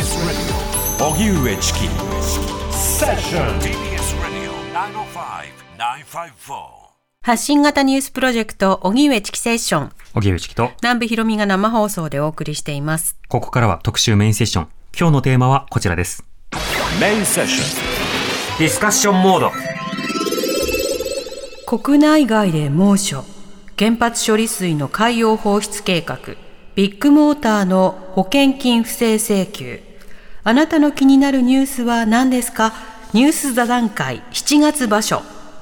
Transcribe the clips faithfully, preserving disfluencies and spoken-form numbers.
ティーエス Radio 荻上チキセッション ティービーエス Radio きゅうまるご きゅうごよん。 発信型ニュースプロジェクト荻上チキセッション、 荻上チキと南部ひろみが生放送でお送りしています。 ここからは特集メインセッション。今日のテーマはこちらです。 メインセッションディスカッションモード。 国内外で猛暑、原発処理水の海洋放出計画、ビッグモーターの保険金不正請求。あなたの気になるニュースは何ですか？ニュース座談会しちがつ場所。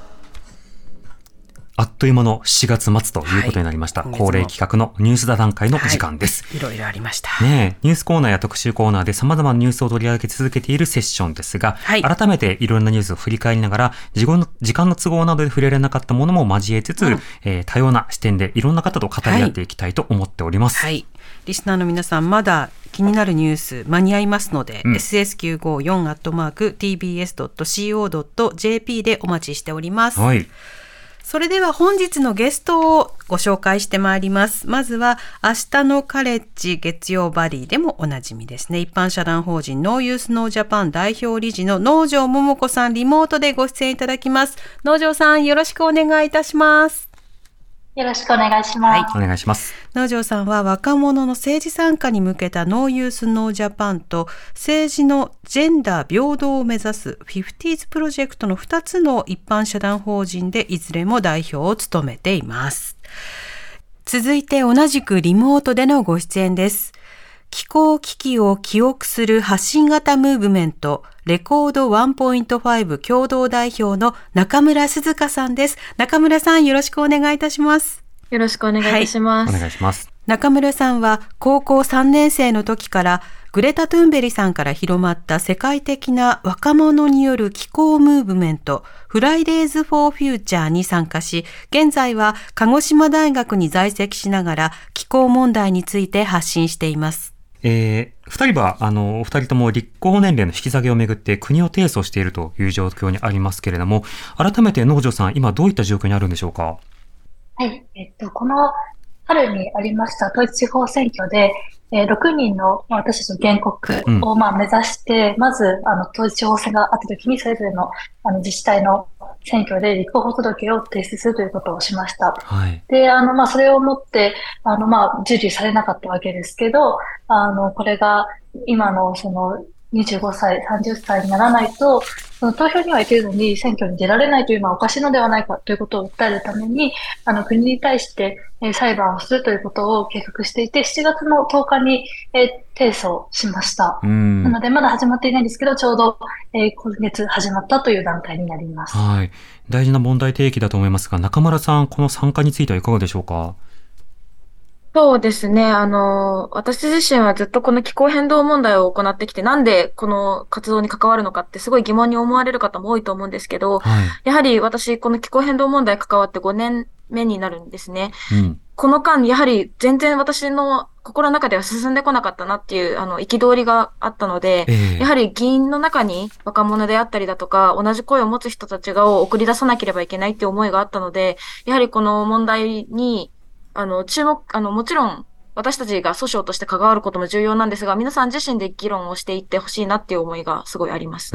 あっという間のしがつまつということになりました、はい、恒例企画のニュース座談会の時間です、 はい、いろいろありました、 ね、ニュースコーナーや特集コーナーで様々なニュースを取り上げ続けているセッションですが、はい、改めていろんなニュースを振り返りながら時間の、時間の都合などで触れられなかったものも交えつつ、うんえー、多様な視点でいろんな方と語り合っていきたいと思っております、 はいはい、リスナーの皆さんまだ気になるニュース間に合いますので、うん、エスエスきゅうごよん アットマーク ティービーエス ドット シーオー ドット ジェーピー でお待ちしております、はいそれでは本日のゲストをご紹介してまいります。まずは明日のカレッジ月曜バディでもおなじみですね。一般社団法人ノーユースノージャパン代表理事の能條桃子さん、リモートでご出演いただきます。能條さん、よろしくお願いいたします。 よろしくお願いします。 はい、お願いします。 能條さんは若者の政治参加に向けたノーユースノージャパンと政治のジェンダー平等を目指すフィフティーズプロジェクトのふたつの一般社団法人でいずれも代表を務めています。続いて同じくリモートでのご出演です。気候危機を記憶する発信型ムーブメントレコード ワンポイントファイブ 共同代表の中村鈴香さんです。中村さん、よろしくお願いいたします。 よろしくお願いいたします、 はい、お願いします。 中村さんは高校さんねん生の時からグレタ・トゥンベリさんから広まった世界的な若者による気候ムーブメントフライデーズ・フォー・フューチャーに参加し、現在は鹿児島大学に在籍しながら気候問題について発信しています。 えー、二人はあのお二人とも立候補年齢の引き下げをめぐって国を提訴しているという状況にありますけれども、改めて能條さん、今どういった状況にあるんでしょうか？ はい、えっと、この春にありました統一地方選挙で、えー、ろくにんの、まあ、私たちの原告を、まあ、目指して、うん、まず、あの、統一地方選があった時に、それぞれの、あの、自治体の選挙で立候補届を提出するということをしました。はい、で、あの、まあ、それをもって、あの、まあ、受理されなかったわけですけど、あの、これが、今の、その、にじゅうごさい、さんじゅっさいにならないと、その投票には行けずに選挙に出られないというのはおかしいのではないかということを訴えるために、あの国に対して、えー、裁判をするということを計画していて、しちがつのとおかに、えー、提訴しました。なのでまだ始まっていないんですけど、ちょうど、えー、今月始まったという段階になります。 はい。大事な問題提起だと思いますが、中村さん、この参加についてはいかがでしょうか？ そうですね。あの、私自身はずっとこの気候変動問題を行ってきて、なんでこの活動に関わるのかってすごい疑問に思われる方も多いと思うんですけど、はい、やはり私、この気候変動問題関わってごねんめになるんですね。うん、この間、やはり全然私の心の中では進んでこなかったなっていう、あの、憤りがあったので、えー、やはり議員の中に若者であったりだとか、同じ声を持つ人たちがを送り出さなければいけないっていう思いがあったので、やはりこの問題に、あの、注目、あの、もちろん、私たちが訴訟として関わることも重要なんですが、皆さん自身で議論をしていってほしいなっていう思いがすごいあります。 うん。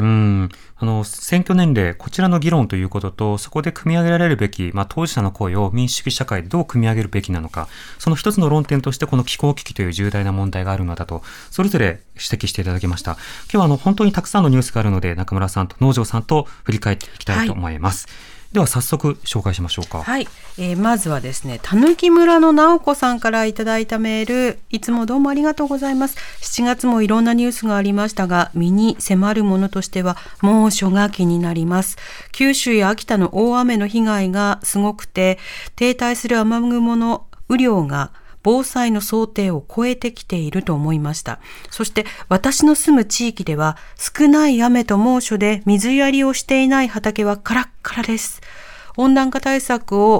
あの、選挙年齢、こちらの議論ということと、そこで組み上げられるべき、まあ、当事者の声を民主主義社会でどう組み上げるべきなのか、その一つの論点としてこの気候危機という重大な問題があるのだと、それぞれ指摘していただきました。今日はあの、本当にたくさんのニュースがあるので、中村さんと能條さんと振り返っていきたいと思います。はい、では早速紹介しましょうか。 はい、えー、まずはですね、たぬき村の直子さんからいただいたメール、いつもどうもありがとうございます。しちがつもいろんなニュースがありましたが、身に迫るものとしては猛暑が気になります。九州や秋田の大雨の被害がすごくて、停滞する雨雲の雨量が防災の想定を超えてきていると思いました。そして私の住む地域では少ない雨と猛暑で水やりをしていない畑はカラッカラです。温暖化対策を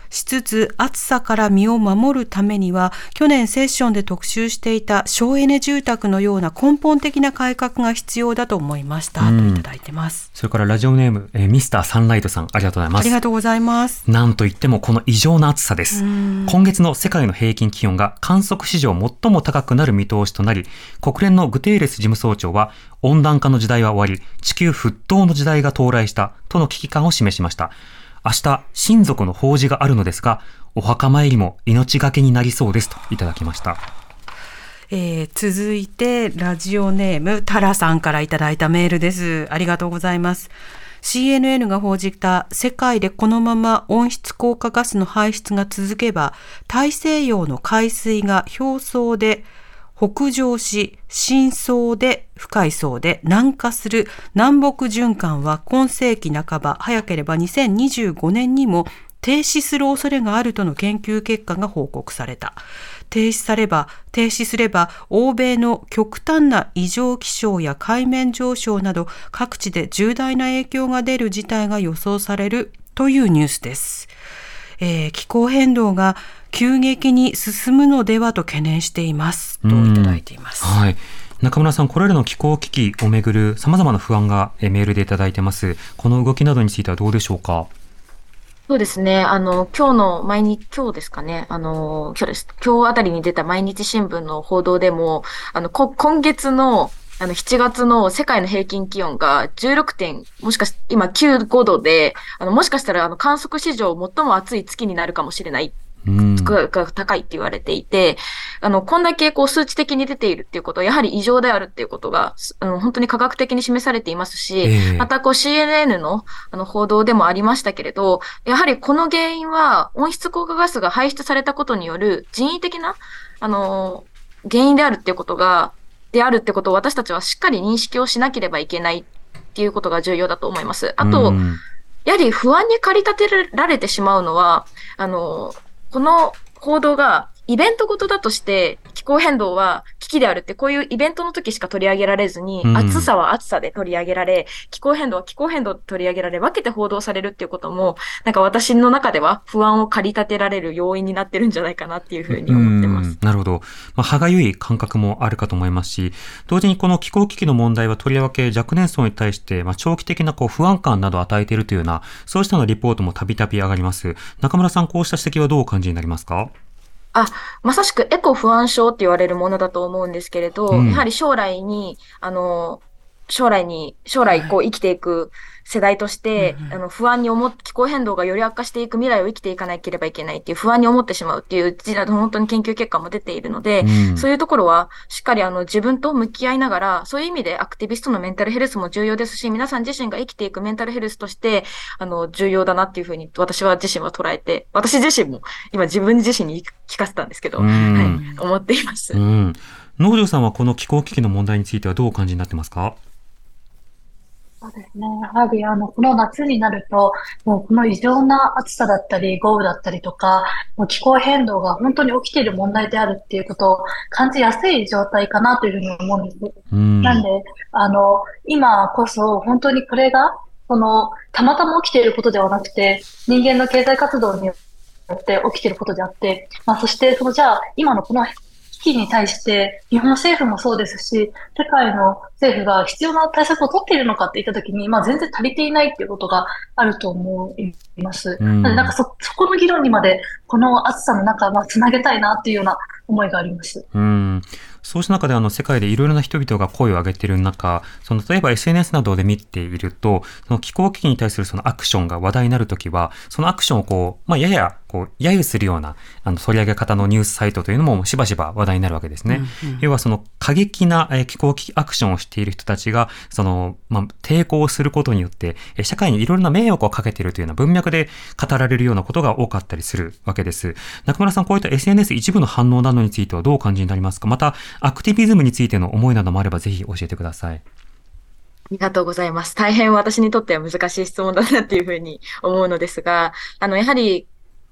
しつつ暑さから身を守るためには去年セッションで特集していた省エネ住宅のような根本的な改革が必要だと思いました、うん、といただいてます。 それからラジオネーム、えー、ミスターサンライトさん、ありがとうございます。 ありがとうございます。 なんといってもこの異常な暑さです。今月の世界の平均気温が観測史上最も高くなる見通しとなり、国連のグテーレス事務総長は温暖化の時代は終わり、地球沸騰の時代が到来したとの危機感を示しました。明日親族の法事があるのですが、お墓参りも命がけになりそうですといただきました。 えー、続いてラジオネームタラさんからいただいたメールです。ありがとうございます。 シーエヌエヌ が報じた世界でこのまま温室効果ガスの排出が続けば大西洋の海水が表層で北上し深層で深い層で南下する南北循環は今世紀半ば早ければにせんにじゅうごねんにも停止する恐れがあるとの研究結果が報告された。停止されば停止すれば欧米の極端な異常気象や海面上昇など各地で重大な影響が出る事態が予想されるというニュースです。えー、気候変動が急激に進むのではと懸念していますといただいています。 はい、中村さん、これらの気候危機をめぐるさまざまな不安がメールでいただいてます。この動きなどについてはどうでしょうか。 そうですね。あの、今日の毎日、今日ですかね。あの、今日です。今日あたりに出た毎日新聞の報道でも、あの、こ今月のあの、しちがつの世界の平均気温がじゅうろくてん、もしかし、今きゅうじゅうごどで、あの、もしかしたら、あの、観測史上最も暑い月になるかもしれない。が高いって言われていて、あの、こんだけこう数値的に出ているっていうことは、やはり異常であるっていうことが、あの、本当に科学的に示されていますし、えー、またこう シーエヌエヌ のあの報道でもありましたけれど、やはりこの原因は温室効果ガスが排出されたことによる人為的な、あの、原因であるっていうことが、であるってことを私たちはしっかり認識をしなければいけないっていうことが重要だと思います。あと、やはり不安に駆り立てられてしまうのは、あの、この報道がイベントごとだとして気候変動は危機であるってこういうイベントの時しか取り上げられずに、うん、暑さは暑さで取り上げられ、気候変動は気候変動で取り上げられ、分けて報道されるっていうことも、なんか私の中では不安を駆り立てられる要因になってるんじゃないかなっていうふうに思ってます。 なるほど。まあ、歯がゆい感覚もあるかと思いますし、同時にこの気候危機の問題はとりわけ若年層に対して、まあ、長期的なこう不安感などを与えているというような、そうしたのリポートもたびたび上がります。中村さん、こうした指摘はどうお感じになりますか？ あ、まさしくエコ不安症って言われるものだと思うんですけれど、うん、やはり将来に、あの、将来に、将来こう生きていく世代として、はい、あの不安に思っ、気候変動がより悪化していく未来を生きていかなければいけないっていう不安に思ってしまうっていう、本当に研究結果も出ているので、うん、そういうところはしっかりあの自分と向き合いながら、そういう意味でアクティビストのメンタルヘルスも重要ですし、皆さん自身が生きていくメンタルヘルスとして、あの、重要だなっていうふうに私は自身は捉えて、私自身も今自分自身に聞かせたんですけど、うん、はい、思っています。うん、 農場さんはこの気候危機の問題についてはどうお感じになってますか？ そうですね。やはり、あの、この夏になると、もうこの異常な暑さだったり、豪雨だったりとか、もう気候変動が本当に起きている問題であるっていうことを感じやすい状態かなというふうに思うんです。うん、なんで、あの、今こそ本当にこれが、その、たまたま起きていることではなくて、人間の経済活動によって起きていることであって、まあ、そして、その、じゃあ、今のこの危機に対して日本政府もそうですし、世界の政府が必要な対策を取っているのかって言ったときに、まあ全然足りていないっていうことがあると思います。なのでなんかそ、そこの議論にまでこの暑さの中、まあつなげたいなっていうような思いがあります。 うん、そうした中であの世界でいろいろな人々が声を上げている中、その例えば エスエヌエス などで見ていると、その気候危機に対するそのアクションが話題になるときは、そのアクションをこう、まあ、ややこう揶揄するようなあの取り上げ方のニュースサイトというのもしばしば話題になるわけですね。うんうん、要はその過激な気候危機アクションをしている人たちがその、まあ、抵抗をすることによって社会にいろいろな迷惑をかけているというような文脈で語られるようなことが多かったりするわけです。中村さん、こういった エスエヌエス 一部の反応などについてはどうお感じになりますか？またアクティビズムについての思いなどもあればぜひ教えてください。 ありがとうございます。大変私にとっては難しい質問だなっていうふうに思うのですが、あの、やはり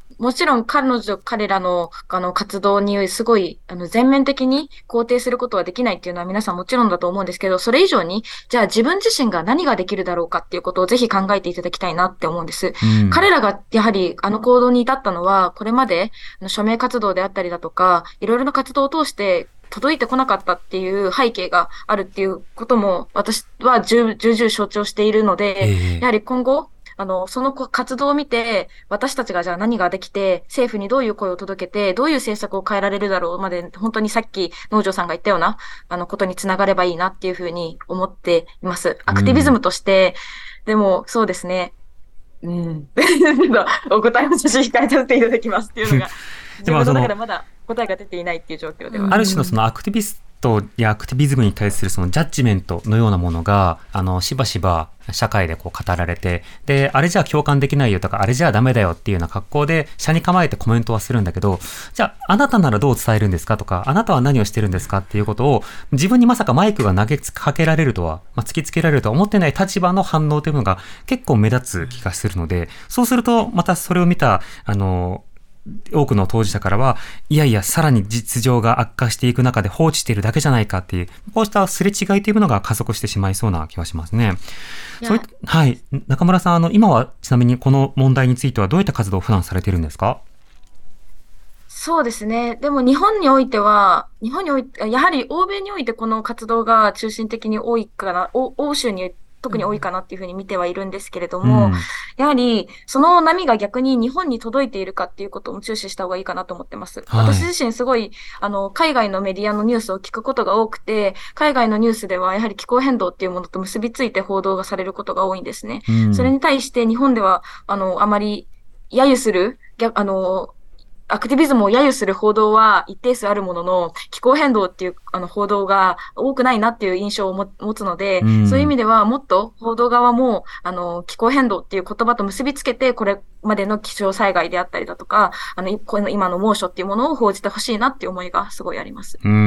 もちろん彼女、彼らのあの活動にすごいあの全面的に肯定することはできないっていうのは皆さんもちろんだと思うんですけど、それ以上に、じゃあ自分自身が何ができるだろうかっていうことをぜひ考えていただきたいなって思うんです。うん、彼らがやはりあの行動に至ったのは、これまで署名活動であったりだとか、いろいろな活動を通して届いてこなかったっていう背景があるっていうことも私は重々承知をしているので、えー、やはり今後、あの、その活動を見て、私たちがじゃあ何ができて、政府にどういう声を届けて、どういう政策を変えられるだろうまで、本当にさっき農場さんが言ったような、あの、ことにつながればいいなっていうふうに思っています。アクティビズムとして、うん、でも、そうですね。うん。お答えを差し控えさせていただきますっていうのが、自分の中でまだ答えが出ていないっていう状況では。 ある種のそのアクティビストやアクティビズムに対するそのジャッジメントのようなものが、あの、しばしば社会でこう語られて、で、あれじゃあ共感できないよとか、あれじゃあダメだよっていうような格好で、社に構えてコメントはするんだけど、じゃあ、あなたならどう伝えるんですかとか、あなたは何をしてるんですかっていうことを、自分にまさかマイクが投げかけられるとは、まあ、突きつけられるとは思ってない立場の反応というのが結構目立つ気がするので、そうすると、またそれを見た、あの、多くの当事者からは、いやいや、さらに実情が悪化していく中で放置しているだけじゃないかっていう、こうしたすれ違いというものが加速してしまいそうな気はしますね。そういはい。中村さん、あの、今はちなみにこの問題についてはどういった活動を普段されているんですか？ そうですね。でも日本においては、日本において、やはり欧米においてこの活動が中心的に多いかな、欧州に特に多いかなっていうふうに見てはいるんですけれども、うん、やはりその波が逆に日本に届いているかっていうことも注視した方がいいかなと思ってます。はい、私自身すごいあの海外のメディアのニュースを聞くことが多くて、海外のニュースではやはり気候変動っていうものと結びついて報道がされることが多いんですね。うん、それに対して日本ではあのあまり揶揄するあのアクティビズムを揶揄する報道は一定数あるものの、気候変動っていうあの報道が多くないなっていう印象をも持つので、うん、そういう意味ではもっと報道側もあの気候変動っていう言葉と結びつけて、これまでの気象災害であったりだとか、あのこの今の猛暑っていうものを報じてほしいなっていう思いがすごいあります。 うん、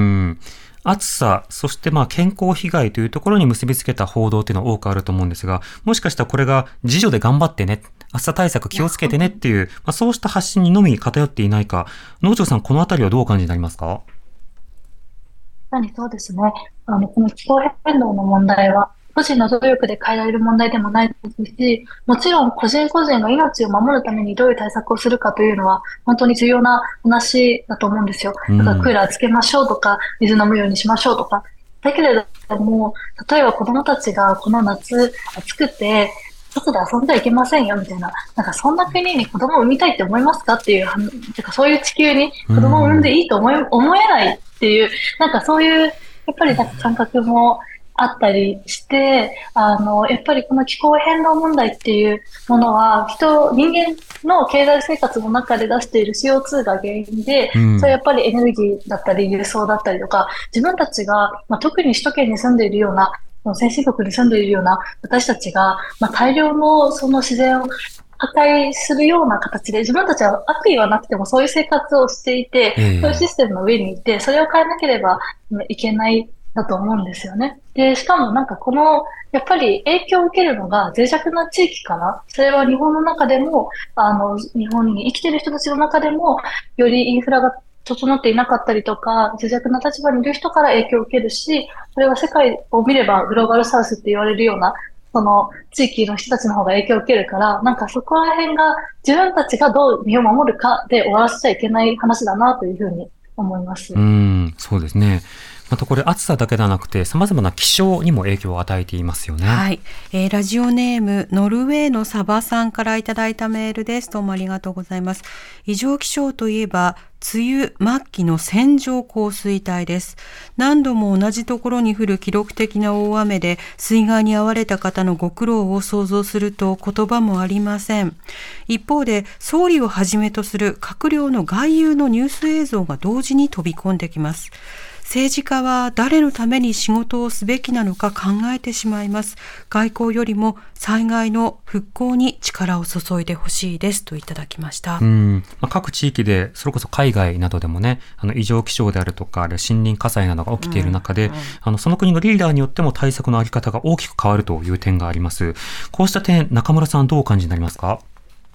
暑さ、そしてまあ健康被害というところに結びつけた報道っていうのは多くあると思うんですが、もしかしたらこれが自助で頑張ってね、暑さ対策気をつけてねっていう、まあ、そうした発信にのみ偏っていないか、農場さん、このあたりはどうお感じになりますか？ そうですね。あの、この気候変動の問題は、個人の努力で変えられる問題でもないですし、もちろん個人個人が命を守るためにどういう対策をするかというのは、本当に重要な話だと思うんですよ。だからクーラーつけましょうとか、水飲むようにしましょうとか。だけれども、例えば子供たちがこの夏暑くて、外で遊んではいけませんよみたいな、なんかそんな国に子供を産みたいって思いますかっていう、てかそういう地球に子供を産んでいいと思い、思えないっていう、なんかそういう、やっぱりなんか感覚もあったりして、あの、やっぱりこの気候変動問題っていうものは、人、人間の経済生活の中で出している シーオーツー が原因で、うん、それやっぱりエネルギーだったり輸送だったりとか、自分たちが、まあ、特に首都圏に住んでいるような、先進国に住んでいるような私たちが、まあ、大量のその自然を破壊するような形で、自分たちは悪意はなくてもそういう生活をしていて、えー、そういうシステムの上にいて、それを変えなければいけないだと思うんですよね。で、しかもなんかこの、やっぱり影響を受けるのが脆弱な地域かな。それは日本の中でも、あの、日本に生きている人たちの中でも、よりインフラが整っていなかったりとか、脆弱な立場にいる人から影響を受けるし、それは世界を見ればグローバルサウスって言われるような、その地域の人たちの方が影響を受けるから、なんかそこら辺が自分たちがどう身を守るかで終わらせちゃいけない話だなというふうに思います。 うーん、そうですね。またこれ暑さだけではなくて様々な気象にも影響を与えていますよね。 はい、えー、ラジオネームノルウェーのサバさんからいただいたメールです。どうもありがとうございます。異常気象といえば梅雨末期の線状降水帯です。何度も同じところに降る記録的な大雨で水害に遭われた方のご苦労を想像すると言葉もありません。一方で総理をはじめとする閣僚の外遊のニュース映像が同時に飛び込んできます。政治家は誰のために仕事をすべきなのか考えてしまいます。外交よりも災害の復興に力を注いでほしいですといただきました。 うん、まあ、各地域でそれこそ海外などでもね、あの異常気象であるとか森林火災などが起きている中で、うんうん、あのその国のリーダーによっても対策のあり方が大きく変わるという点があります。こうした点、中村さんどうお感じになりますか？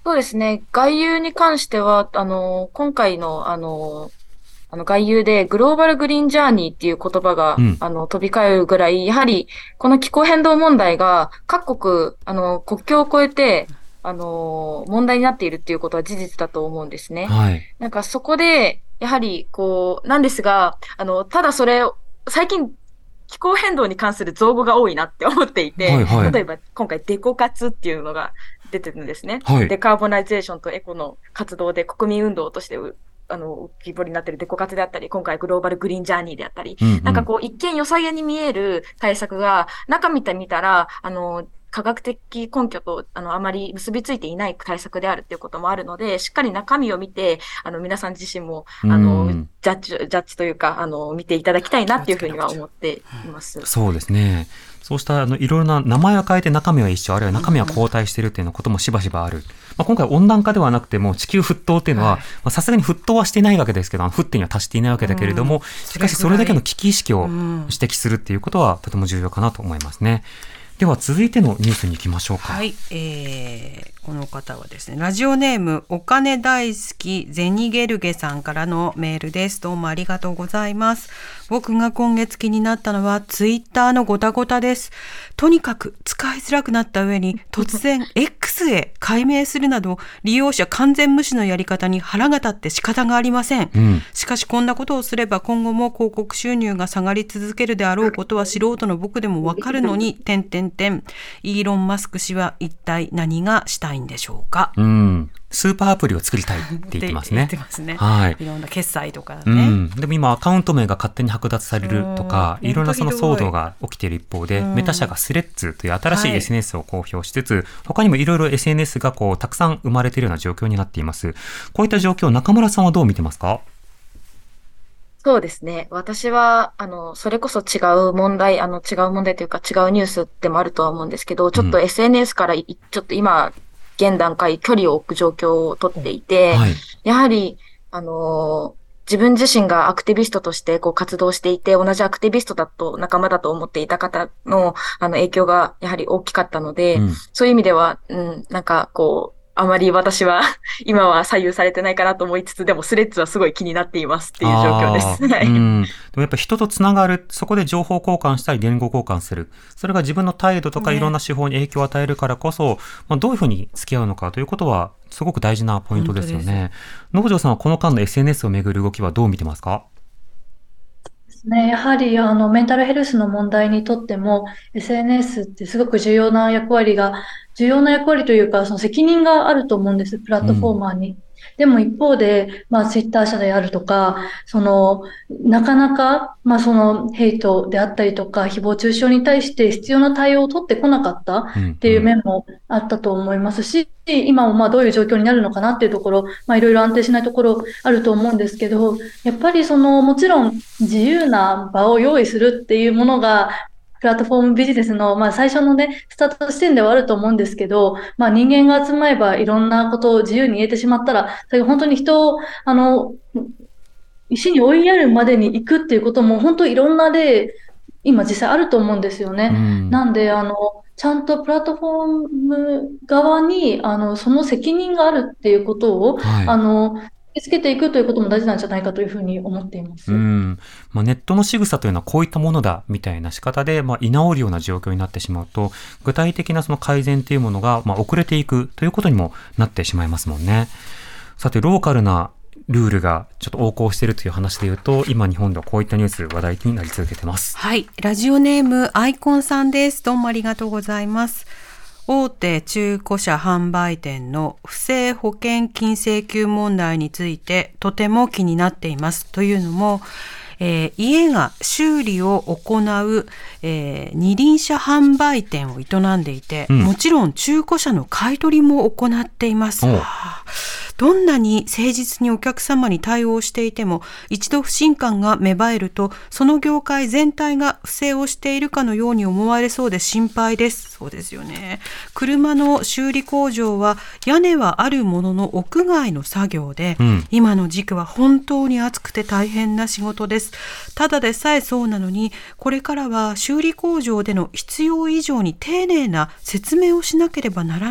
そうですね。外遊に関しては、あの、今回の、あの、あの外遊でグローバルグリーンジャーニーっていう言葉が、うん、あの飛び交うぐらい、やはりこの気候変動問題が各国、あの国境を越えて、あの問題になっているっていうことは事実だと思うんですね。 はい。 なんかそこで、やはりこう、なんですが、あの、ただそれを、最近気候変動に関する造語が多いなって思っていて、はいはい、例えば今回デコ活っていうのが出てるんですね。はい、デカーボナイゼーションとエコの活動で国民運動としてあの、浮き彫りになっているデコ活であったり、今回グローバルグリーンジャーニーであったり、うんうん、なんかこう一見良さげに見える対策が、中見てみたら、あの、科学的根拠と、あの、あまり結びついていない対策であるっていうこともあるので、しっかり中身を見て、あの、皆さん自身も、あの、ジャッジ、ジャッジというか、あの、見ていただきたいなっていうふうには思っています。 そうですね。そうしたあのいろいろな名前は変えて中身は一緒、あるいは中身は後退しているというのこともしばしばある。まあ、今回温暖化ではなくても地球沸騰っていうのはさすがに沸騰はしていないわけですけど、沸点には達していないわけだけれども、うん、しかしそれだけの危機意識を指摘するっていうことはとても重要かなと思いますね。では続いてのニュースに行きましょうか。 はい、えー、この方はですね、ラジオネームお金大好きゼニゲルゲさんからのメールです。どうもありがとうございます。僕が今月気になったのはツイッターのゴタゴタです。とにかく使いづらくなった上に突然 X へ改名するなど利用者完全無視のやり方に腹が立って仕方がありません、うん、しかしこんなことをすれば今後も広告収入が下がり続けるであろうことは素人の僕でもわかるのに点々点イーロン・マスク氏は一体何がしたいんでしょうか。 うん、スーパーアプリを作りたいって言ってますね。 言ってますね。 はい。 いろんな決済とかね。 うん、でも今アカウント名が勝手に剥奪されるとか、いろんなその騒動が起きている一方で、メタ社がスレッズという新しい エスエヌエス を公表しつつ、はい、他にもいろいろ エスエヌエス がこうたくさん生まれているような状況になっています。こういった状況、中村さんはどう見てますか？ そうですね。私は、あの、それこそ違う問題、あの、違う問題というか違うニュースでもあるとは思うんですけど、ちょっと エスエヌエス から、うん、ちょっと今、現段階距離を置く状況をとっていて、はい、やはり、あの、自分自身がアクティビストとしてこう活動していて、同じアクティビストだと仲間だと思っていた方の、あの、影響がやはり大きかったので、うん、そういう意味では、うん、なんかこう、あまり私は今は左右されてないかなと思いつつ、でもスレッズはすごい気になっていますっていう状況です。はい、うん。 でもやっぱ人とつながる、そこで情報交換したり言語交換する。それが自分の態度とかいろんな手法に影響を与えるからこそ、ね、まあ、どういうふうに付き合うのかということはすごく大事なポイントですよね。野城さんはこの間の エスエヌエス をめぐる動きはどう見てますか？ ね、やはりあのメンタルヘルスの問題にとっても エスエヌエス ってすごく重要な役割が重要な役割というかその責任があると思うんです、プラットフォーマーに、うん、でも一方で、まあ、ツイッター社であるとかそのなかなか、まあ、そのヘイトであったりとか誹謗中傷に対して必要な対応を取ってこなかったっていう面もあったと思いますし、うんうん、今もまあどういう状況になるのかなっていうところ、まあ、いろいろ安定しないところあると思うんですけど、やっぱりそのもちろん自由な場を用意するっていうものがプラットフォームビジネスの、まあ、最初のね、スタート視点ではあると思うんですけど、まあ、人間が集まればいろんなことを自由に言えてしまったら、それが本当に人を、あの、石に追いやるまでに行くっていうことも、本当いろんな例、今実際あると思うんですよね。うん、なんで、あの、ちゃんとプラットフォーム側に、あの、その責任があるっていうことを、はい、あの、つけていくということも大事なんじゃないかというふうに思っています。 うん、まあ、ネットの仕草というのはこういったものだみたいな仕方で、まあ、居直るような状況になってしまうと、具体的なその改善というものが、まあ、遅れていくということにもなってしまいますもんね。さて、ローカルなルールがちょっと横行しているという話でいうと、今日本ではこういったニュース話題になり続けてます。 はい、ラジオネームアイコンさんです。どうもありがとうございます。大手中古車販売店の不正保険金請求問題についてとても気になっています。というのも、えー、家が修理を行う、えー、二輪車販売店を営んでいて、うん、もちろん中古車の買い取りも行っています。どんなに誠実にお客様に対応していても、一度不信感が芽生えると、その業界全体が不正をしているかのように思われそうで心配です。そうですよね。車の修理工場は屋根はあるものの屋外の作業で、うん、今の時期は本当に暑くて大変な仕事です。ただでさえそうなのに、これからは修理工場での必要以上に丁寧な説明をしなければならない。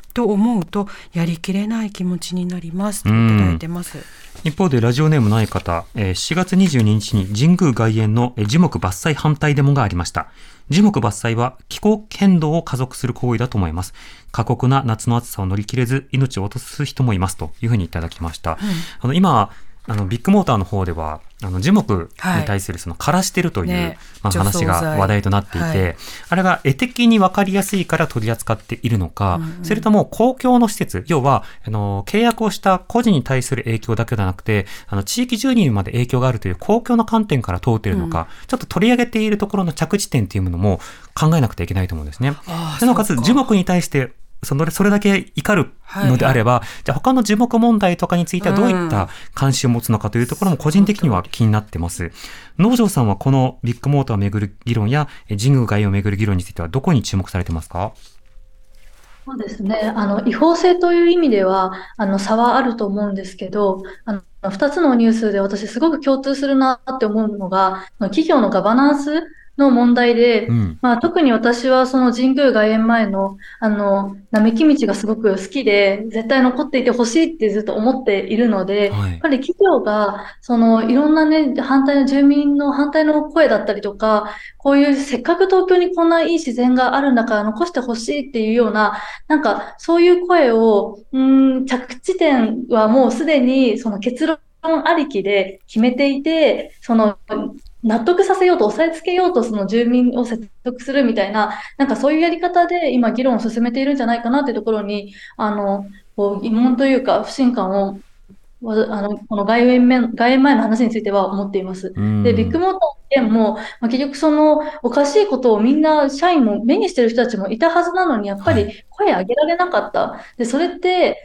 と思うとやりきれない気持ちになりますといただいてます。 一方でラジオネームない方、しがつにじゅうににちに神宮外苑の樹木伐採反対デモがありました。樹木伐採は気候変動を加速する行為だと思います。過酷な夏の暑さを乗り切れず命を落とす人もいますというふうにいただきました。うん、あの今あのビッグモーターの方ではあの樹木に対するその枯らしてるという、ねまあ、話が話題となっていて、はい、あれが絵的に分かりやすいから取り扱っているのか、うんうん、それとも公共の施設、要はあの契約をした個人に対する影響だけではなくてあの地域住人まで影響があるという公共の観点から問うているのか、うん、ちょっと取り上げているところの着地点というものも考えなくてはいけないと思うんですね。なおかつ樹木に対してそのそれだけ怒るのであれば、はいはい、じゃあ他の樹木問題とかについてはどういった関心を持つのかというところも個人的には気になってます。農場さんはこのビッグモーターをめぐる議論や神宮外苑をめぐる議論についてはどこに注目されてますか？ そうですね。あの、違法性という意味では、あの、差はあると思うんですけど、あの、二つのニュースで私すごく共通するなって思うのが、企業のガバナンスの問題で、うん、まあ特に私はその神宮外苑前のあの並木道がすごく好きで絶対残っていてほしいってずっと思っているので、はい、やっぱり企業がそのいろんなね反対の住民の反対の声だったりとか、こういうせっかく東京にこんないい自然があるんだから残してほしいっていうようななんかそういう声をうーん着地点はもうすでにその結論ありきで決めていて、その納得させようと押さえつけようとその住民を説得するみたいな、なんかそういうやり方で今議論を進めているんじゃないかなというところに、あの、こう疑問というか不信感を、あの、この外苑前、外苑前の話については思っています。で、ビッグモーターの件も、まあ、結局そのおかしいことをみんな社員も目にしてる人たちもいたはずなのに、やっぱり声上げられなかった。で、それって、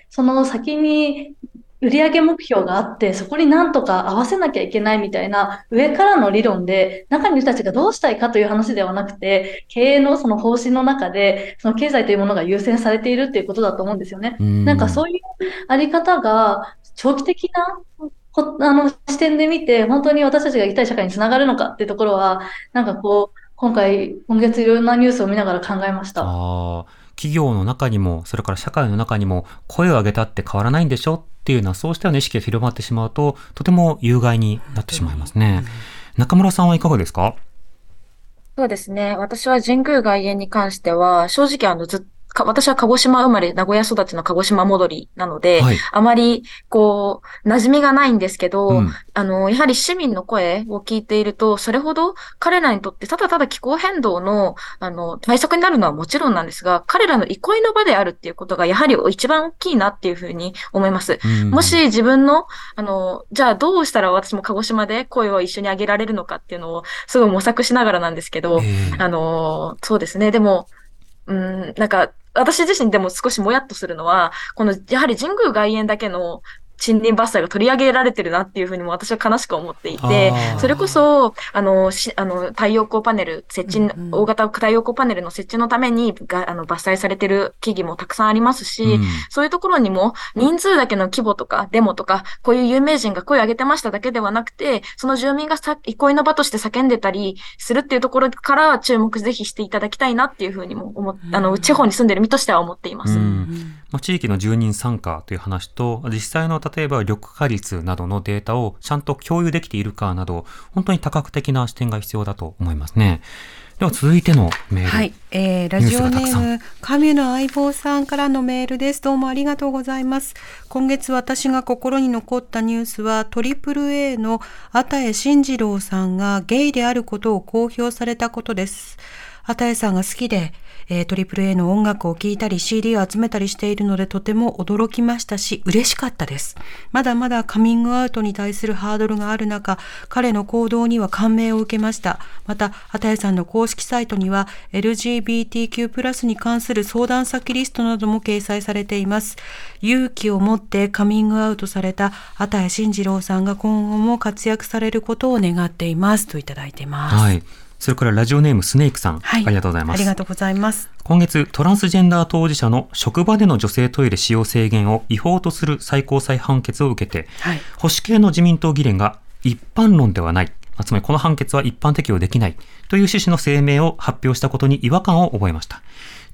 その先に、売上目標があって、そこになんとか合わせなきゃいけないみたいな上からの理論で、中にいる人たちがどうしたいかという話ではなくて、経営のその方針の中で、その経済というものが優先されているっていうことだと思うんですよね。んなんかそういうあり方が長期的なこあの視点で見て、本当に私たちが生きたい社会につながるのかっていうところは、なんかこう、今回、今月いろんなニュースを見ながら考えました。 あ企業の中にも、それから社会の中にも、声を上げたって変わらないんでしょっていうような、そうしたような意識が広まってしまうと、とても有害になってしまいますね。中村さんはいかがですか？ そうですね。私は神宮外苑に関しては、正直あのずっと私は鹿児島生まれ、名古屋育ちの鹿児島戻りなので、はい、あまり、こう、馴染みがないんですけど、うん、あの、やはり市民の声を聞いていると、それほど彼らにとってただただ気候変動の、あの、対策になるのはもちろんなんですが、彼らの憩いの場であるっていうことが、やはり一番大きいなっていうふうに思います。うん、もし自分の、あの、じゃあどうしたら私も鹿児島で声を一緒に上げられるのかっていうのを、すごい模索しながらなんですけど、あの、そうですね。でも、うん、なんか、私自身でも少しもやっとするのは、この、やはり神宮外苑だけの森林伐採が取り上げられてるなっていうふうにも私は悲しく思っていて、それこそ、あの、しあの太陽光パネル設置、うんうん、大型太陽光パネルの設置のためにがあの伐採されてる木々もたくさんありますし、うん、そういうところにも人数だけの規模とかデモとか、こういう有名人が声を上げてましただけではなくて、その住民がさ憩いの場として叫んでたりするっていうところから注目ぜひしていただきたいなっていうふうにも思っ、あの、地方に住んでる身としては思っています。うん地域の住人参加という話と、実際の例えば緑化率などのデータをちゃんと共有できているかなど、本当に多角的な視点が必要だと思いますね。では続いてのメール。 はい、えー、ラジオネーム神の相棒さんからのメールです。どうもありがとうございます。今月私が心に残ったニュースは トリプルエー の與慎二郎さんがゲイであることを公表されたことです。與さんが好きで、えー、トリプルエー の音楽を聴いたり シーディー を集めたりしているのでとても驚きましたし嬉しかったです。まだまだカミングアウトに対するハードルがある中、彼の行動には感銘を受けました。また與さんの公式サイトには エルジービーティーキュー プラスに関する相談先リストなども掲載されています。勇気を持ってカミングアウトされた與慎二郎さんが今後も活躍されることを願っていますといただいています。 はい、それからラジオネームスネークさん、はい、ありがとうございます。 ありがとうございます。 今月トランスジェンダー当事者の職場での女性トイレ使用制限を違法とする最高裁判決を受けて、はい、保守系の自民党議連が一般論ではない、つまりこの判決は一般適用できないという趣旨の声明を発表したことに違和感を覚えました。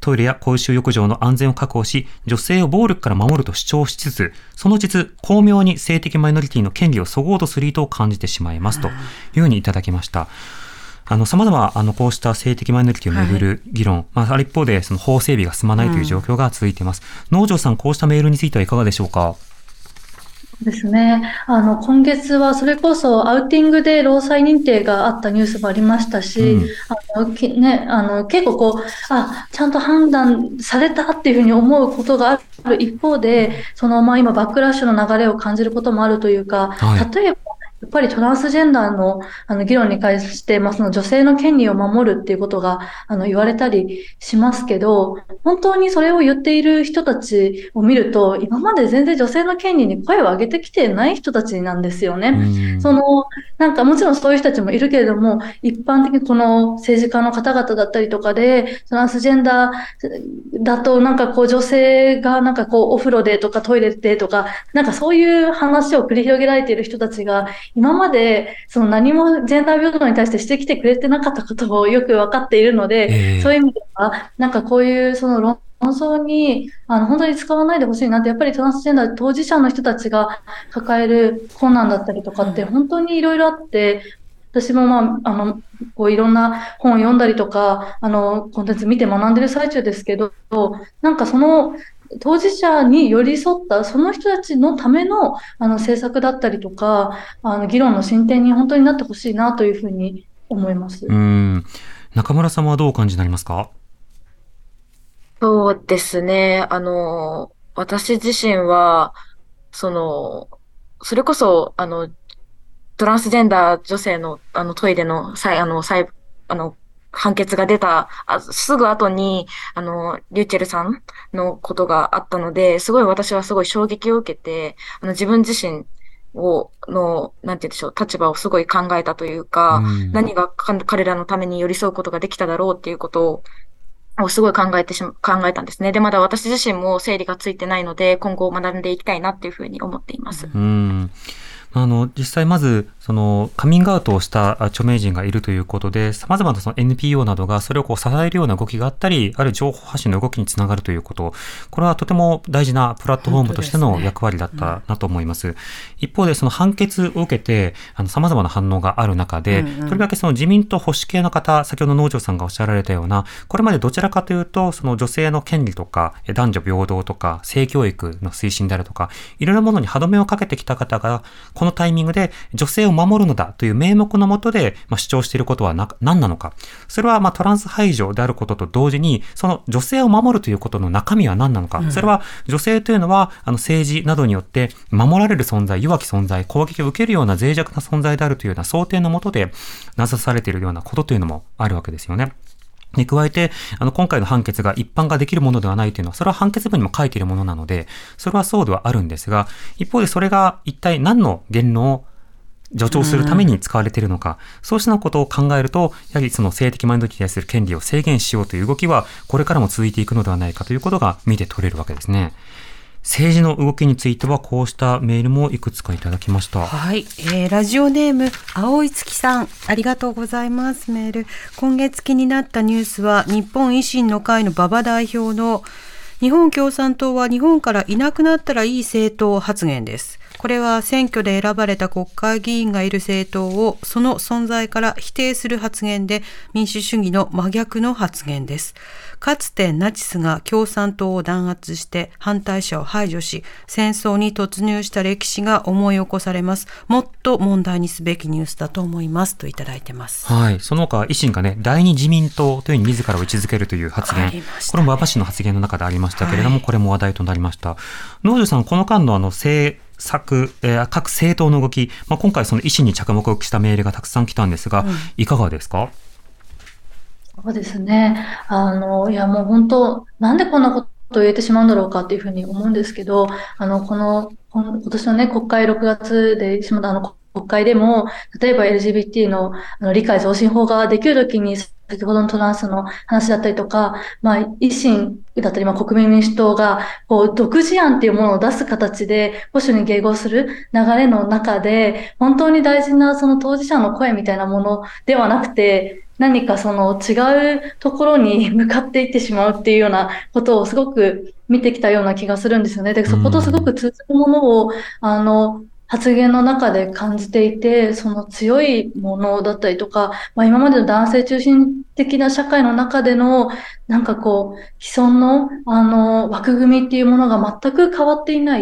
トイレや公衆浴場の安全を確保し、女性を暴力から守ると主張しつつ、その実、巧妙に性的マイノリティの権利をそごうとする意図を感じてしまいますというふうにいただきました。あの、様々、あの、こうした性的マイノリティをめぐる議論、はい、まあ、ある一方で、その法整備が進まないという状況が続いています。うん、農場さん、こうしたメールについてはいかがでしょうか？ ですね。あの、今月はそれこそアウティングで労災認定があったニュースもありましたし、うん、あの、きね、あの、結構こう、あ、ちゃんと判断されたっていうふうに思うことがある一方で、その、まあ今、バックラッシュの流れを感じることもあるというか、はい、例えば、やっぱりトランスジェンダーのあの議論に関して、まあ、その女性の権利を守るっていうことがあの言われたりしますけど、本当にそれを言っている人たちを見ると、今まで全然女性の権利に声を上げてきてない人たちなんですよね。その、なんかもちろんそういう人たちもいるけれども、一般的にこの政治家の方々だったりとかで、トランスジェンダーだとなんかこう女性がなんかこうお風呂でとかトイレでとか、なんかそういう話を繰り広げられている人たちが、今までその何もジェンダー平等に対してしてきてくれてなかったことをよく分かっているので、えー、そういう意味では、なんかこういうその論争にあの本当に使わないでほしいなって、やっぱりトランスジェンダー当事者の人たちが抱える困難だったりとかって本当にいろいろあって、私もまあ、あの、こういろんな本を読んだりとか、あの、コンテンツ見て学んでる最中ですけど、なんかその、当事者に寄り添ったその人たちのためのあの政策だったりとか、あの議論の進展に本当になってほしいなというふうに思います。 うん。中村様はどうお感じになりますか？ そうですね。あの、私自身は、その、それこそ、あの、トランスジェンダー女性のあのトイレの際、あの、際、あの、判決が出たあすぐ後に、あの、リューチェルさんのことがあったので、すごい私はすごい衝撃を受けて、あの、自分自身を、の、なんて言うんでしょう、立場をすごい考えたというか、うん、何が彼らのために寄り添うことができただろうっていうことを、をすごい考えてしま、考えたんですね。で、まだ私自身も整理がついてないので、今後学んでいきたいなっていうふうに思っています。 うん。あの、実際まず、その、カミングアウトをした著名人がいるということで、様々なその エヌピーオー などがそれをこう支えるような動きがあったり、ある情報発信の動きにつながるということ、これはとても大事なプラットフォームとしての役割だったなと思います。うん、一方で、その判決を受けて、あの、様々な反応がある中で、うんうん、とりわけその自民党保守系の方、先ほど農場さんがおっしゃられたような、これまでどちらかというと、その女性の権利とか、男女平等とか、性教育の推進であるとか、いろんなものに歯止めをかけてきた方が、このタイミングで女性を守るのだという名目のもとで、まあ、主張していることはな何なのか。それはまあトランス排除であることと同時に、その女性を守るということの中身は何なのか。うん、それは女性というのはあの政治などによって守られる存在、弱き存在、攻撃を受けるような脆弱な存在であるというような想定のもとでなさされているようなことというのもあるわけですよね。に加えて、あの、今回の判決が一般化できるものではないというのは、それは判決文にも書いているものなので、それはそうではあるんですが、一方でそれが一体何の言論を助長するために使われているのか、うん、そうしたことを考えると、やはりその性的マイノリティに対する権利を制限しようという動きは、これからも続いていくのではないかということが見て取れるわけですね。政治の動きについてはこうしたメールもいくつかいただきました。 はい、えー、ラジオネーム青い月さん、ありがとうございます。メール、今月気になったニュースは日本維新の会の馬場代表の日本共産党は日本からいなくなったらいい政党発言です。これは選挙で選ばれた国会議員がいる政党をその存在から否定する発言で、民主主義の真逆の発言です。かつてナチスが共産党を弾圧して反対者を排除し、戦争に突入した歴史が思い起こされます。もっと問題にすべきニュースだと思いますといただいてます。 はい。その他維新がね、第二自民党というふうに自らを位置づけるという発言、これも馬場氏の発言の中でありましたけれども、はい、これも話題となりました。農場さん、この間のあの政策、えー、各政党の動き、まあ、今回その維新に着目したメールがたくさん来たんですが、うん、いかがですか？ そうですね。あの、いやもう本当、なんでこんなことを言えてしまうんだろうかっていうふうに思うんですけど、あの、この、今年のね、国会ろくがつでしまったあの、国会でも、例えば エルジービーティー の, あの理解増進法ができるときに、先ほどのトランスの話だったりとか、まあ、維新だったり、まあ、国民民主党が、こう、独自案っていうものを出す形で、保守に迎合する流れの中で、本当に大事なその当事者の声みたいなものではなくて、 何かその違うところに向かっていってしまうっていうようなことをすごく見てきたような気がするんですよね。で、そことすごく通ずるものを、あの、発言の中で感じていて、その強いものだったりとか、まあ、今までの男性中心的な社会の中での、なんかこう、既存の、あの、枠組みっていうものが全く変わっていない。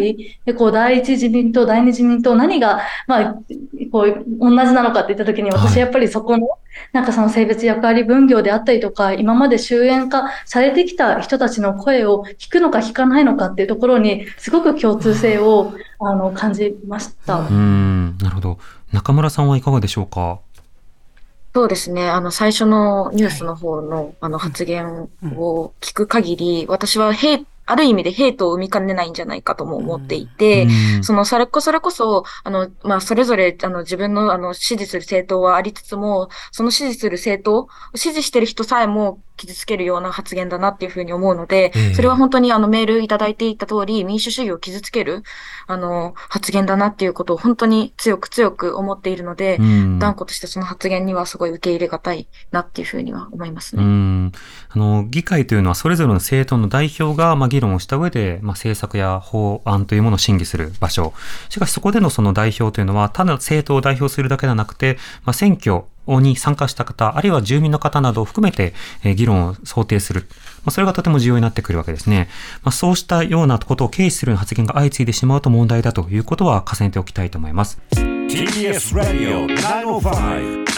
で、こう、第一自民党、第二自民党、何が、まあ、こう、同じなのかって言ったときに、私やっぱりそこの、なんかその性別役割分業であったりとか、今まで終焉化されてきた人たちの声を聞くのか聞かないのかっていうところに、すごく共通性を、あの、感じました。 うーん、なるほど。中村さんはいかがでしょうか？ そうですね。あの、最初のニュースの方の、はい、あの、発言を聞く限り、私は、ヘイある意味でヘイトを生みかねないんじゃないかとも思っていて、うん、その、それこ、それこそ、あの、まあ、それぞれ、あの、自分の、あの、支持する政党はありつつも、その支持する政党、支持してる人さえも傷つけるような発言だなっていうふうに思うので、うん、それは本当にあの、メールいただいていた通り、民主主義を傷つける、あの、発言だなっていうことを本当に強く強く思っているので、うん、断固としてその発言にはすごい受け入れがたいなっていうふうには思いますね。 うん、あの、議会というのはそれぞれの政党の代表が、まあ、議論をした上で、まあ、政策や法案というものを審議する場所。しかしそこでのその代表というのは、ただ政党を代表するだけではなくて、まあ、選挙に参加した方、あるいは住民の方などを含めて、えー、議論を想定する。まあ、それがとても重要になってくるわけですね。まあ、そうしたようなことを軽視するような発言が相次いでしまうと問題だということは重ねておきたいと思います。 ティービーエス Radio きゅうまるご、きゅうまるご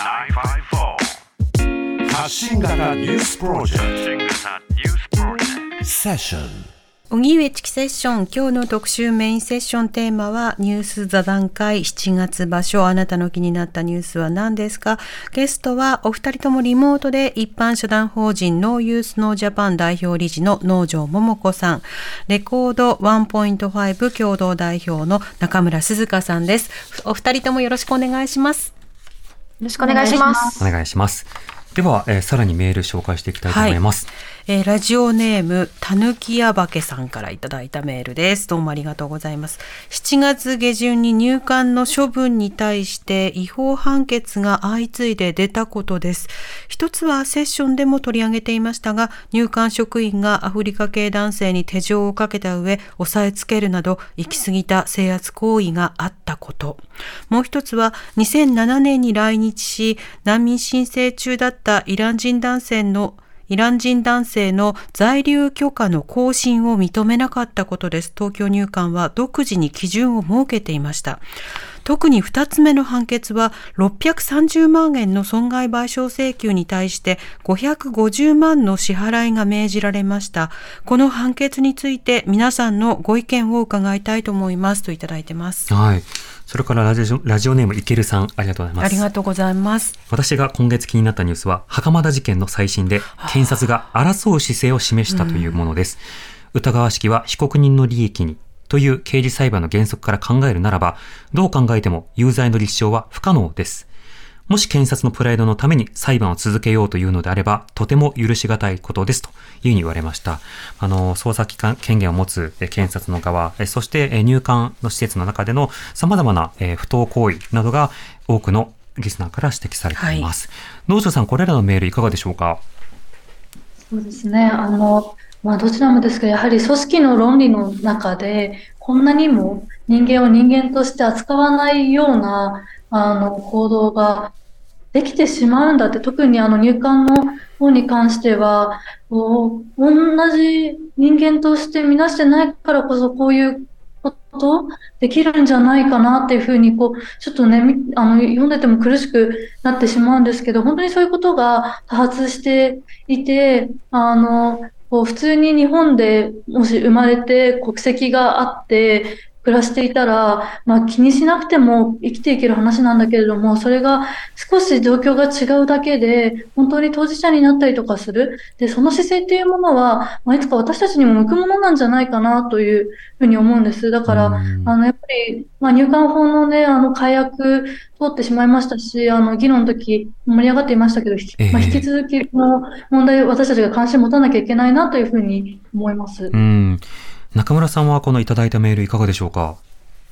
発信型ニュースプロジェクトセッション。 荻上チキセッション、今日の特集メインセッションテーマはニュース座談会しちがつ場所、あなたの気になったニュースは何ですか？ゲストはお二人ともリモートで一般社団法人ノーユースノージャパン代表理事の能條桃子さん、レコード ワンポイントファイブ 共同代表の中村鈴香さんです。お二人ともよろしくお願いします。よろしくお願いします。 お願いします。では、えー、さらにメール紹介していきたいと思います。 はい、えー、ラジオネームたぬきやばけさんからいただいたメールです。どうもありがとうございます。しちがつげじゅんに入管の処分に対して違法判決が相次いで出たことです。一つはセッションでも取り上げていましたが、入管職員がアフリカ系男性に手錠をかけた上押さえつけるなど行き過ぎた制圧行為があったこと。もう一つはにせんななねんに来日し難民申請中だったイラン人男性のイラン人男性の在留許可の更新を認めなかったことです。東京入管は独自に基準を設けていました。特にふたつめの判決はろっぴゃくさんじゅうまんえんの損害賠償請求に対してごひゃくごじゅうまんの支払いが命じられました。この判決について皆さんのご意見を伺いたいと思いますといただいてます。 はい。それからラジオ、ラジオネームいけるさん、ありがとうございます。 ありがとうございます。 私が今月気になったニュースは袴田事件の再審で検察が争う姿勢を示したというものです。疑わしきは被告人の利益にという刑事裁判の原則から考えるならば、どう考えても有罪の立証は不可能です。もし検察のプライドのために裁判を続けようというのであれば、とても許し難いことですというふうに言われました。あの、捜査機関権限を持つ検察の側、そして入管の施設の中での様々な不当行為などが多くのリスナーから指摘されています。能條さん、これらのメールいかがでしょうか？ そうですね。あの、まあ、どちらもですけど、やはり組織の論理の中で、こんなにも人間を人間として扱わないような、あの、行動ができてしまうんだって、特にあの入管の方に関しては、同じ人間として見なしてないからこそ、こういうことできるんじゃないかなっていうふうに、こう、ちょっとね、あの、読んでても苦しくなってしまうんですけど、本当にそういうことが多発していて、あの、こう普通に日本でもし生まれて国籍があって暮らしていたら、まあ気にしなくても生きていける話なんだけれども、それが少し状況が違うだけで、本当に当事者になったりとかする。で、その姿勢っていうものは、まあ、いつか私たちにも向くものなんじゃないかなというふうに思うんです。だから、あの、やっぱり、まあ入管法のね、あの、改悪、通ってしまいましたし、あの、議論の時盛り上がっていましたけど、えーまあ、引き続きこの問題を私たちが関心を持たなきゃいけないなというふうに思います。 うん。中村さんはこのいただいたメールいかがでしょうか？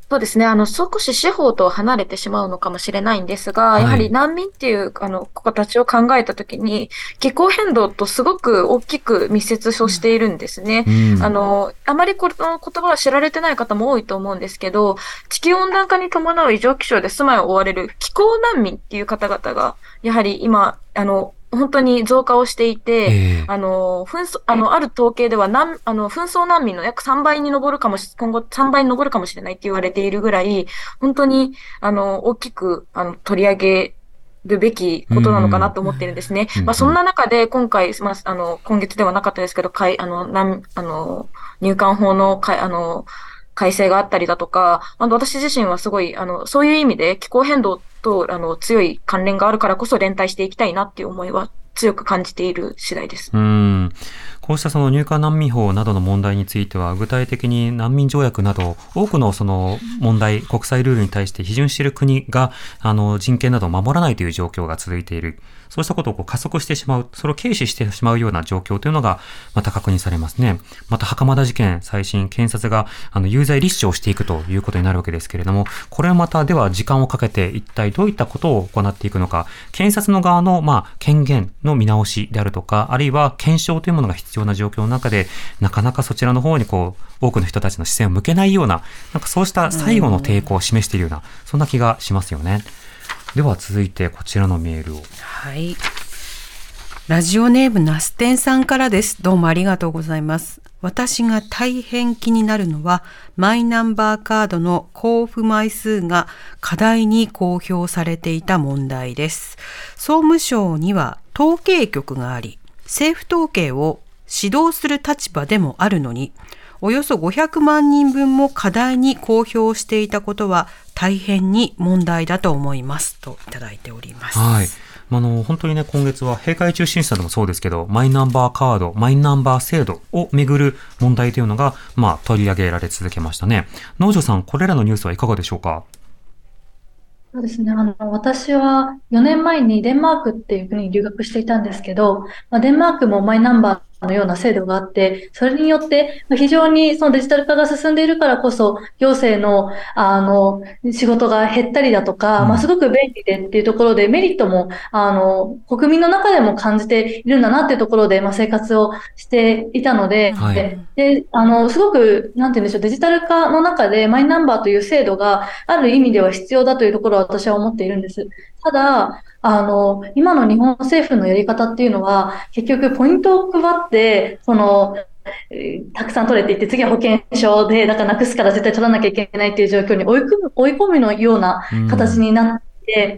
そうですね。あの、少し司法と離れてしまうのかもしれないんですが、 はい、 やはり難民っていう、あの、形を考えたときに、気候変動とすごく大きく密接をしているんですね。うん、あの、あまりこの言葉は知られてない方も多いと思うんですけど、地球温暖化に伴う異常気象で住まいを追われる気候難民っていう方々が、やはり今、あの、本当に増加をしていて、えー、あの、紛争、あの、ある統計では、なん、あの、紛争難民の約さんばいに上るかもし、今後さんばいに上るかもしれないって言われているぐらい、本当に、あの、大きく、あの、取り上げるべきことなのかなと思ってるんですね。まあ、そんな中で、今回、まあ、あの、今月ではなかったですけど、かい、あの、なん、あの、入管法の、かい、あの、改正があったりだとか、あの、私自身はすごい、あの、そういう意味で気候変動と、あの、強い関連があるからこそ連帯していきたいなっていう思いは強く感じている次第です。 うん。こうしたその入管難民法などの問題については、具体的に難民条約など、多くのその問題、国際ルールに対して批准している国が、あの、人権などを守らないという状況が続いている。そうしたことをこう加速してしまう、それを軽視してしまうような状況というのが、また確認されますね。また、袴田事件、再審、検察が、あの、有罪立証していくということになるわけですけれども、これはまた、では時間をかけて、一体どういったことを行っていくのか、検察の側の、まあ、権限の見直しであるとか、あるいは検証というものが必要な状況の中で、なかなかそちらの方にこう、多くの人たちの視線を向けないような、なんかそうした最後の抵抗を示しているような、そんな気がしますよね。では続いてこちらのメールを。 はい。ラジオネームナステンさんからです。どうもありがとうございます。私が大変気になるのは、マイナンバーカードの交付枚数が過大に公表されていた問題です。総務省には統計局があり、政府統計を指導する立場でもあるのに、およそごひゃくまんにんぶんも過大に公表していたことは大変に問題だと思いますといただいております。 はい。あの本当にね、今月は閉会中審査でもそうですけど、マイナンバーカード、マイナンバー制度をめぐる問題というのが、まあ、取り上げられ続けましたね。能條さん、これらのニュースはいかがでしょうか？ そうですね。あの、私はよねんまえにデンマークっていう国に留学していたんですけど、まあ、デンマークもマイナンバーのような制度があって、それによって非常にそのデジタル化が進んでいるからこそ、行政の、あの、仕事が減ったりだとか、うん、まあ、すごく便利でっていうところでメリットも、あの、国民の中でも感じているんだなっていうところで、まあ、生活をしていたので、はい、で、あの、すごく、なんて言うんでしょう、デジタル化の中でマイナンバーという制度がある意味では必要だというところは私は思っているんです。ただ、あの、今の日本政府のやり方っていうのは、結局ポイントを配って、その、たくさん取れていって、次は保険証で、だからなくすから絶対取らなきゃいけないっていう状況に追い込む、追い込むのような形になって、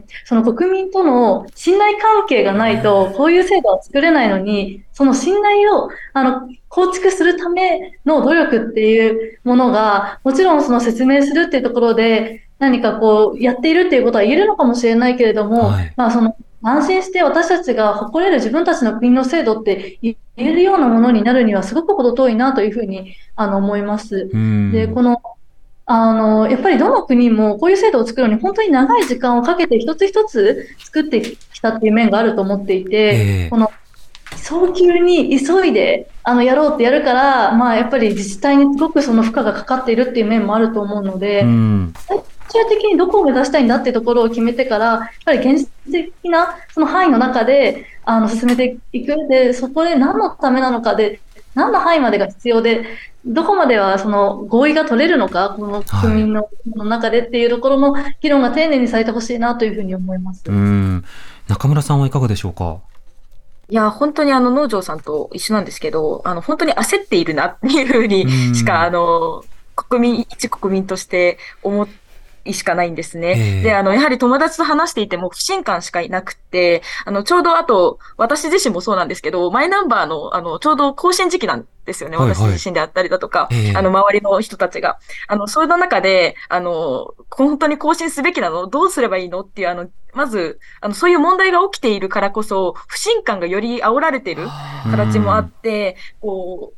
その国民との信頼関係がないと、こういう制度は作れないのに、その信頼を、あの、構築するための努力っていうものが、もちろんその説明するっていうところで、何かこう、やっているっていうことは言えるのかもしれないけれども、はい、まあその、安心して私たちが誇れる自分たちの国の制度って言えるようなものになるにはすごく程遠いなというふうにあの思います。で、この、あの、やっぱりどの国もこういう制度を作るのに本当に長い時間をかけて一つ一つ作ってきたっていう面があると思っていて、えー、この早急に急いであのやろうってやるから、まあやっぱり自治体にすごくその負荷がかかっているっていう面もあると思うので、うん最終的にどこを目指したいんだっていうところを決めてから、やっぱり現実的なその範囲の中であの進めていくで、そこで何のためなのかで、何の範囲までが必要で、どこまではその合意が取れるのか、この国民の中でっていうところの議論が丁寧にされてほしいなというふうに思います。 うん、中村さんはいかがでしょうか？ いや、本当にあの、能條さんと一緒なんですけど、あの、本当に焦っているなっていうふうにしか、あの、国民、一国民として思ってしかないんですね。えー、で、あの、やはり友達と話していても不信感しかいなくて、あの、ちょうどあと、私自身もそうなんですけど、マイナンバーの、あの、ちょうど更新時期なんですよね。はいはい、私自身であったりだとか、えー、あの、周りの人たちが。あの、そういう中で、あの、本当に更新すべきなの？どうすればいいの？っていう、あの、まず、あの、そういう問題が起きているからこそ、不信感がより煽られている形もあって、こう、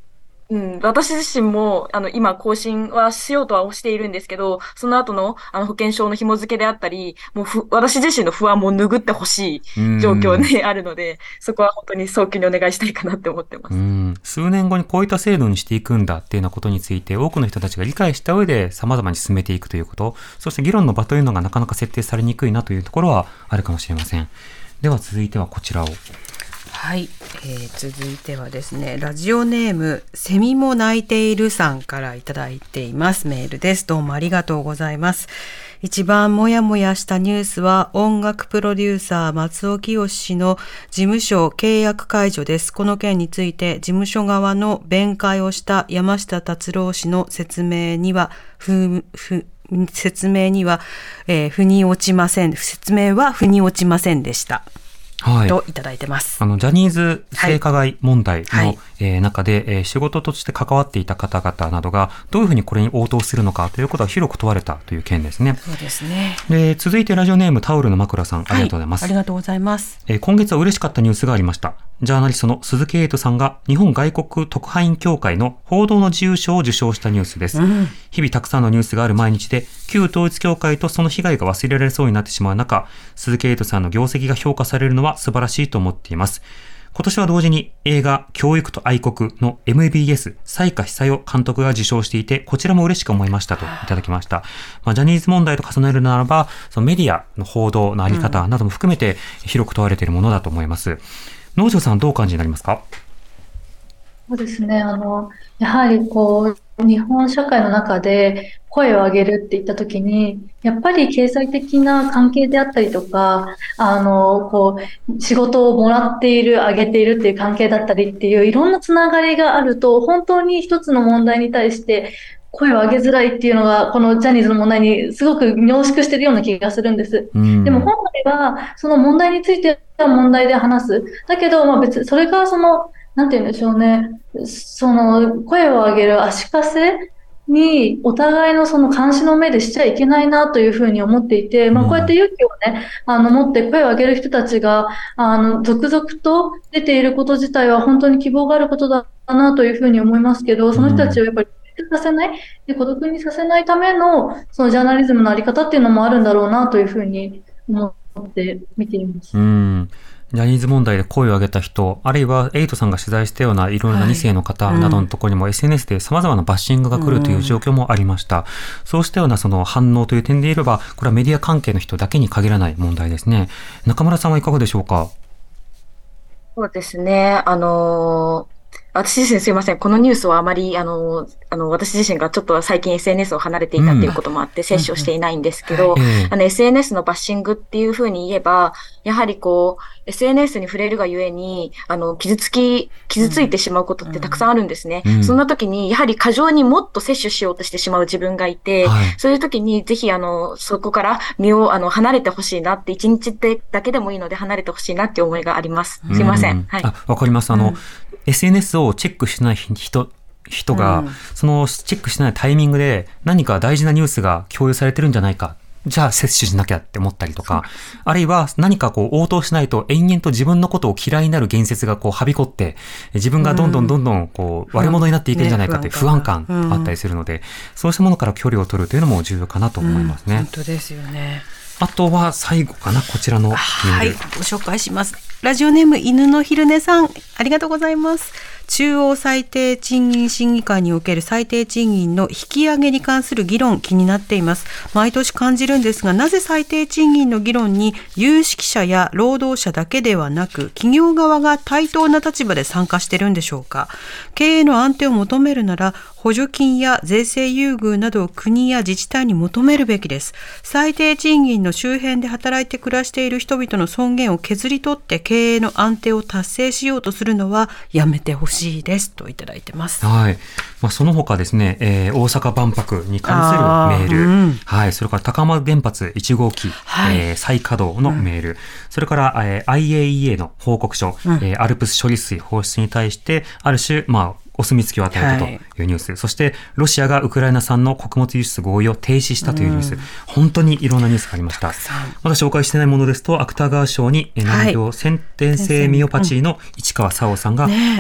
うん、私自身も、あの、今、更新はしようとはしているんですけど、その後の、あの、保険証の紐付けであったり、もうふ、私自身の不安も拭ってほしい状況であるので、そこは本当に早急にお願いしたいかなって思ってます。 うん、数年後にこういった制度にしていくんだっていうようなことについて、多くの人たちが理解した上で様々に進めていくということ、そして議論の場というのがなかなか設定されにくいなというところはあるかもしれません。では続いてはこちらを。 はい、えー、続いてはですね、ラジオネームセミも泣いているさんからいただいていますメールです。どうもありがとうございます。一番もやもやしたニュースは音楽プロデューサー松尾清氏の事務所契約解除です。この件について事務所側の弁解をした山下達郎氏の説明にはふふ説明には、えー、腑に落ちません。説明は腑に落ちませんでした。はい、といただいてます。 あのジャニーズ性加害問題の、はい、えー、中で、えー、仕事として関わっていた方々などがどういうふうにこれに応答するのかということは広く問われたという件ですね。 そうですね。 で、続いてラジオネームタオルの枕さん、ありがとうございます。 はい、ありがとうございます。 えー、今月は嬉しかったニュースがありました。ジャーナリストの鈴木エイトさんが日本外国特派員協会の報道の自由賞を受賞したニュースです。うん、日々たくさんのニュースがある毎日で旧統一教会とその被害が忘れられそうになってしまう中、鈴木エイトさんの業績が評価されるのは素晴らしいと思っています。今年は同時に映画教育と愛国の エムビーエス 斉香久代監督が受賞していて、こちらも嬉しく思いましたといただきました。まあ、ジャニーズ問題と重ねるならば、そのメディアの報道のあり方なども含めて広く問われているものだと思います。能條さんはどうお感じになりますか？ そうですね。あの、やはりこう、日本社会の中で声を上げるって言ったときに、やっぱり経済的な関係であったりとか、あの、こう、仕事をもらっている、上げているっていう関係だったりっていう、いろんなつながりがあると、本当に一つの問題に対して声を上げづらいっていうのが、このジャニーズの問題にすごく凝縮しているような気がするんです。でも本来は、その問題については問題で話す。だけど、まあ別に、それがその、なんて言うんでしょうね。その、声を上げる足かせに、お互いのその監視の目でしちゃいけないなというふうに思っていて、まあこうやって勇気をね、あの、持って声を上げる人たちが、あの、続々と出ていること自体は本当に希望があることだなというふうに思いますけど、その人たちをやっぱりさせない、で孤独にさせないための、そのジャーナリズムのあり方っていうのもあるんだろうなというふうに思って見ています。 うん。ジャニーズ問題で声を上げた人、あるいはエイトさんが取材したようないろいろなに世の方などのところにも エスエヌエス で様々なバッシングが来るという状況もありました。うん、そうしたようなその反応という点で言えば、これはメディア関係の人だけに限らない問題ですね。中村さんはいかがでしょうか？ そうですね。あのー私自身すいません。このニュースはあまり、あの、あの、私自身がちょっと最近 エスエヌエス を離れていたっていうこともあって摂取していないんですけど、うんうんうん、あの、エスエヌエス のバッシングっていうふうに言えば、やはりこう、エスエヌエス に触れるがゆえに、あの、傷つき、傷ついてしまうことってたくさんあるんですね。うんうん、そんな時に、やはり過剰にもっと摂取しようとしてしまう自分がいて、はい、そういう時にぜひ、あの、そこから身を、あの、離れてほしいなって、一日だけでもいいので離れてほしいなっていう思いがあります。すいません。うん、 はい。あ、わかります。あの、うんエスエヌエス をチェックしない人、人が、うん、そのチェックしないタイミングで何か大事なニュースが共有されてるんじゃないか。じゃあ摂取しなきゃって思ったりとか、あるいは何かこう応答しないと延々と自分のことを嫌いになる言説がこうはびこって、自分がどんどんどんどんこう悪者になっていくんじゃないかっていう不安感があったりするので、うんね、そうしたものから距離を取るというのも重要かなと思いますね。 うん、本当ですよね。 あとは最後かな、こちらのメール。 はい、ご紹介します。ラジオネーム犬の昼寝さん、ありがとうございます。中央最低賃金審議会における最低賃金の引き上げに関する議論、気になっています。毎年感じるんですが、なぜ最低賃金の議論に有識者や労働者だけではなく企業側が対等な立場で参加しているんでしょうか。経営の安定を求めるなら補助金や税制優遇などを国や自治体に求めるべきです。最低賃金の周辺で働いて暮らしている人々の尊厳を削り取って経営の安定を達成しようとするのはやめてほしいですといただいてます。 はい。まあ、その他ですね、えー、大阪万博に関するメール、うん、はい、それから高浜原発いち号機、はい、えー、再稼働のメール、うん、それから、えー、アイエーイーエー の報告書、うん、えー、アルプス処理水放出に対してある種、まあお墨付きを与えたというニュース、はい、そしてロシアがウクライナ産の穀物輸出合意を停止したというニュース、うん、本当にいろんなニュースがありました。まだ紹介してないものですと、芥川賞に難病先天性ミオパチーの市川沙央さんが、はいね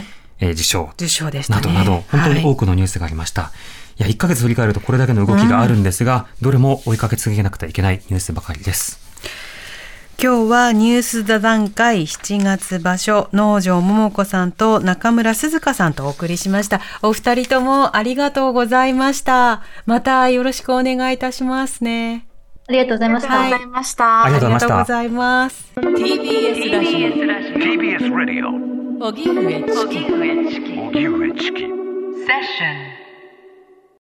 えー、受賞。 受賞でしたね。 などなど、本当に多くのニュースがありました。はい、いや、いっかげつ振り返るとこれだけの動きがあるんですが、うん、どれも追いかけ続けなくてはいけないニュースばかりです。 今日はニュース座談会しちがつ場所、能條桃子さんと中村鈴香さんとお送りしました。お二人ともありがとうございました。またよろしくお願いいたしますね。 ありがとうございました。 ありがとうございました。 ありがとうございます。ティービーエス ラジオティービーエス ラジオ荻上チキ荻上チキセッション